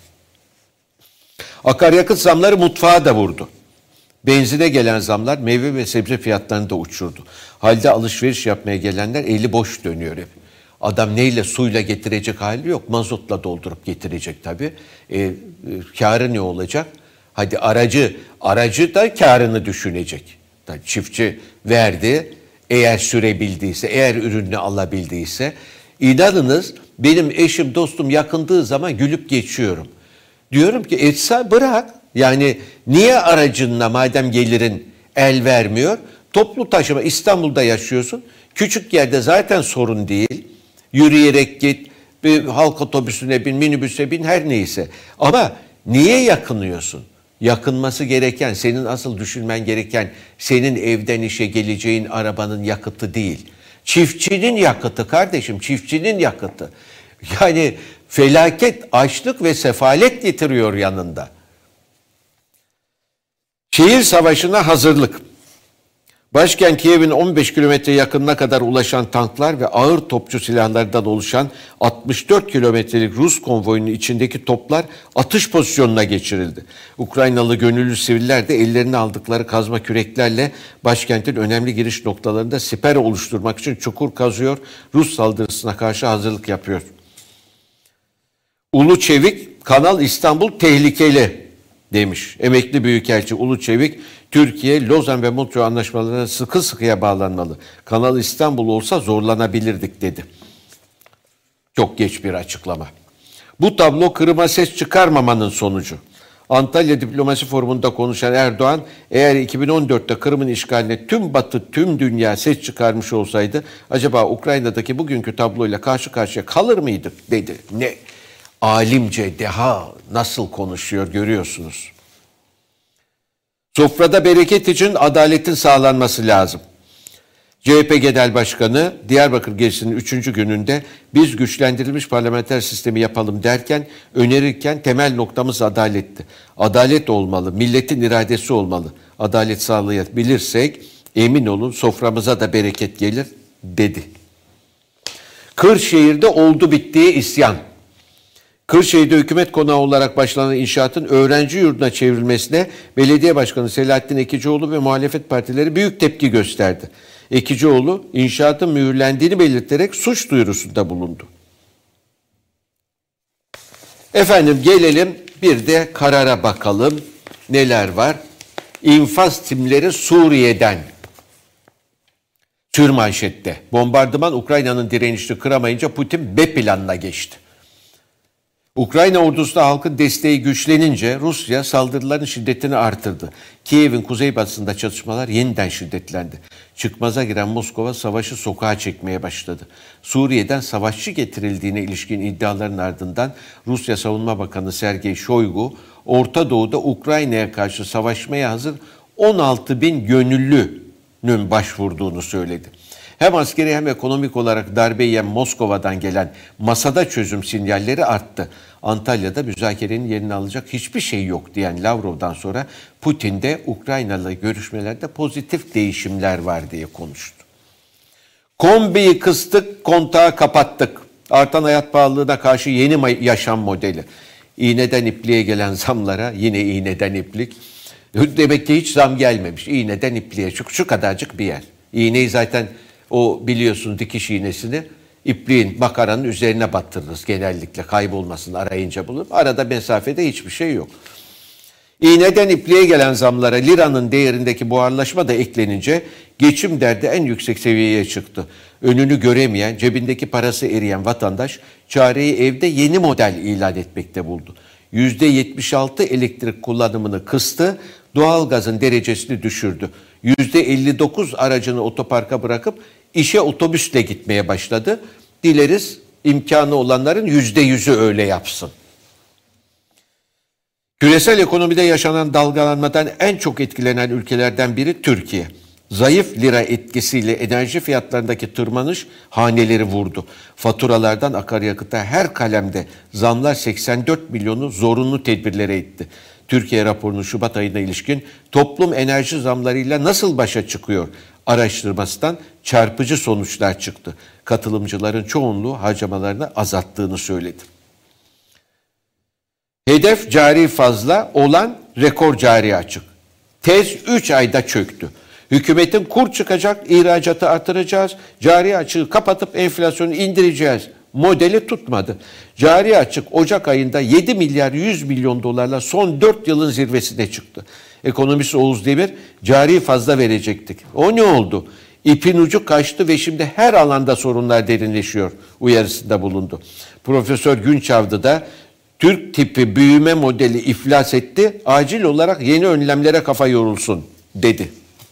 Akaryakıt zamları mutfağa da vurdu. Benzine gelen zamlar meyve ve sebze fiyatlarını da uçurdu. Halde alışveriş yapmaya gelenler eli boş dönüyor hep. Adam neyle, suyla getirecek hali yok. Mazotla doldurup getirecek tabii. E, e, kârı ne olacak? Hadi aracı, aracı da kârını düşünecek. Yani çiftçi verdi, eğer sürebildiyse, eğer ürünü alabildiyse. İnanınız benim eşim, dostum yakındığı zaman gülüp geçiyorum. Diyorum ki etsa bırak. Yani niye aracınla madem gelirin el vermiyor? Toplu taşıma, İstanbul'da yaşıyorsun. Küçük yerde zaten sorun değil. Yürüyerek git, bir halk otobüsüne bin, minibüse bin, her neyse. Ama niye yakınıyorsun? Yakınması gereken, senin asıl düşünmen gereken senin evden işe geleceğin arabanın yakıtı değil. Çiftçinin yakıtı kardeşim, çiftçinin yakıtı. Yani Felaket, açlık ve sefalet getiriyor yanında. Şehir savaşına hazırlık. Başkent Kiev'in on beş kilometre yakınına kadar ulaşan tanklar ve ağır topçu silahlardan oluşan altmış dört kilometrelik Rus konvoyunun içindeki toplar atış pozisyonuna geçirildi. Ukraynalı gönüllü siviller de ellerine aldıkları kazma küreklerle başkentin önemli giriş noktalarında siper oluşturmak için çukur kazıyor, Rus saldırısına karşı hazırlık yapıyor. Ulu Çevik, Kanal İstanbul tehlikeli demiş. Emekli Büyükelçi Ulu Çevik, Türkiye, Lozan ve Montreux anlaşmalarına sıkı sıkıya bağlanmalı. Kanal İstanbul olsa zorlanabilirdik dedi. Çok geç bir açıklama. Bu tablo Kırım'a ses çıkarmamanın sonucu. Antalya Diplomasi Forumu'nda konuşan Erdoğan, eğer iki bin on dörtte Kırım'ın işgaline tüm Batı, tüm dünya ses çıkarmış olsaydı, acaba Ukrayna'daki bugünkü tabloyla karşı karşıya kalır mıydık dedi. Ne alimce, deha nasıl konuşuyor görüyorsunuz. Sofrada bereket için adaletin sağlanması lazım. C H P Genel Başkanı Diyarbakır gezisinin üçüncü gününde biz güçlendirilmiş parlamenter sistemi yapalım derken, önerirken temel noktamız adaletti. Adalet olmalı, milletin iradesi olmalı. Adalet sağlayabilirsek emin olun soframıza da bereket gelir dedi. Kırşehir'de oldu bittiği isyan. Kırşehir'de hükümet konağı olarak başlanan inşaatın öğrenci yurduna çevrilmesine Belediye Başkanı Selahattin Ekicioğlu ve muhalefet partileri büyük tepki gösterdi. Ekicioğlu inşaatın mühürlendiğini belirterek suç duyurusunda bulundu. Efendim gelelim bir de karara bakalım neler var. İnfaz timleri Suriye'den. Sürmanşette. Bombardıman Ukrayna'nın direnişini kıramayınca Putin B planına geçti. Ukrayna ordusuna halkın desteği güçlenince Rusya saldırıların şiddetini artırdı. Kiev'in kuzeybatısında çatışmalar yeniden şiddetlendi. Çıkmaza giren Moskova savaşı sokağa çekmeye başladı. Suriye'den savaşçı getirildiğine ilişkin iddiaların ardından Rusya Savunma Bakanı Sergey Shoigu, Orta Doğu'da Ukrayna'ya karşı savaşmaya hazır on altı bin gönüllünün başvurduğunu söyledi. Hem askeri hem ekonomik olarak darbe yiyen Moskova'dan gelen masada çözüm sinyalleri arttı. Antalya'da müzakerenin yerini alacak hiçbir şey yok diyen Lavrov'dan sonra Putin de Ukraynalı görüşmelerde pozitif değişimler var diye konuştu. Kombiyi kıstık, kontağı kapattık. Artan hayat pahalılığına karşı yeni yaşam modeli. İğneden ipliğe gelen zamlara yine iğneden iplik. Demek ki hiç zam gelmemiş. İğneden ipliğe şu, şu kadarcık bir yer. İğneyi zaten o biliyorsun dikiş iğnesini ipliğin, makaranın üzerine battırırız genellikle kaybolmasın arayınca bulup. Arada mesafede hiçbir şey yok. İğneden ipliğe gelen zamlara liranın değerindeki buharlaşma da eklenince geçim derdi en yüksek seviyeye çıktı. Önünü göremeyen, cebindeki parası eriyen vatandaş çareyi evde yeni model ilan etmekte buldu. yüzde yetmiş altı elektrik kullanımını kıstı, doğalgazın derecesini düşürdü. yüzde elli dokuz aracını otoparka bırakıp işe otobüsle gitmeye başladı. Dileriz imkanı olanların yüzde yüzü öyle yapsın. Küresel ekonomide yaşanan dalgalanmadan en çok etkilenen ülkelerden biri Türkiye. Zayıf lira etkisiyle enerji fiyatlarındaki tırmanış haneleri vurdu. Faturalardan akaryakıta her kalemde zamlar seksen dört milyonu zorunlu tedbirlere itti. Türkiye raporunun Şubat ayına ilişkin toplum enerji zamlarıyla nasıl başa çıkıyor araştırmasından çarpıcı sonuçlar çıktı. Katılımcıların çoğunluğu harcamalarını azalttığını söyledi. Hedef cari fazla olan rekor cari açık. Tez üç ayda çöktü. Hükümetin kur çıkacak, ihracatı artıracağız, cari açığı kapatıp enflasyonu indireceğiz modeli tutmadı. Cari açık Ocak ayında yedi milyar yüz milyon dolarla son dört yılın zirvesine çıktı. Ekonomist Oğuz Demir cari fazla verecektik. O ne oldu? İpin ucu kaçtı ve şimdi her alanda sorunlar derinleşiyor uyarısında bulundu. Profesör Günçavdı da Türk tipi büyüme modeli iflas etti, acil olarak yeni önlemlere kafa yorulsun dedi.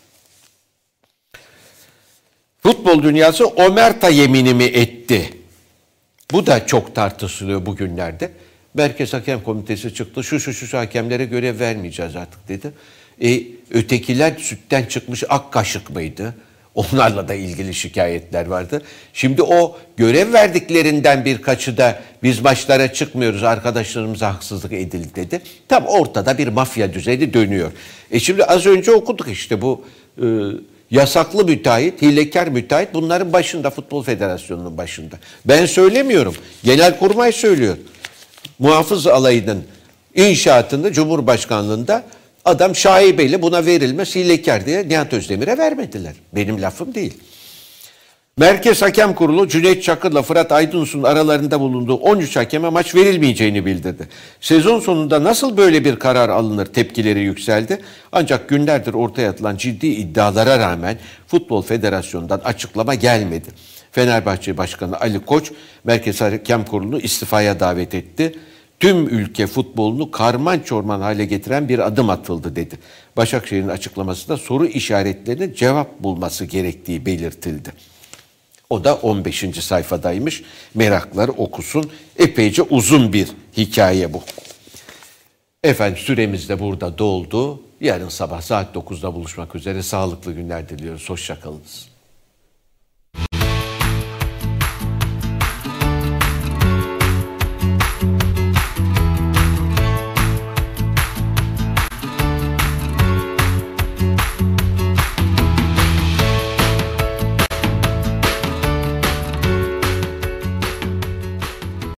Futbol dünyası omerta yemini mi etti? Bu da çok tartışılıyor bugünlerde. Merkez Hakem Komitesi çıktı. Şu şu şu hakemlere görev vermeyeceğiz artık dedi. E, ötekiler sütten çıkmış ak kaşık mıydı? Onlarla da ilgili şikayetler vardı. Şimdi o görev verdiklerinden birkaçı da biz maçlara çıkmıyoruz, arkadaşlarımıza haksızlık edildi dedi. Tam ortada bir mafya düzeni dönüyor. E şimdi az önce okuduk işte bu e, yasaklı müteahhit, hilekar müteahhit bunların başında, Futbol Federasyonu'nun başında. Ben söylemiyorum, Genelkurmay söylüyor. Muhafız alayının inşaatında, Cumhurbaşkanlığında adam şaibeyle buna verilmez hilekar diye Nihat Özdemir'e vermediler. Benim lafım değil. Merkez Hakem Kurulu Cüneyt Çakır'la Fırat Aydınus'un aralarında bulunduğu on üç hakeme maç verilmeyeceğini bildirdi. Sezon sonunda nasıl böyle bir karar alınır tepkileri yükseldi. Ancak günlerdir ortaya atılan ciddi iddialara rağmen Futbol Federasyonu'ndan açıklama gelmedi. Fenerbahçe Başkanı Ali Koç Merkez Hakem Kurulu'nu istifaya davet etti. Tüm ülke futbolunu karman çorman hale getiren bir adım atıldı dedi. Başakşehir'in açıklamasında soru işaretlerine cevap bulması gerektiği belirtildi. O da on beşinci sayfadaymış. Meraklar okusun. Epeyce uzun bir hikaye bu. Efendim süremiz de burada doldu. Yarın sabah saat dokuzda buluşmak üzere. Sağlıklı günler diliyoruz. Hoşça kalınız.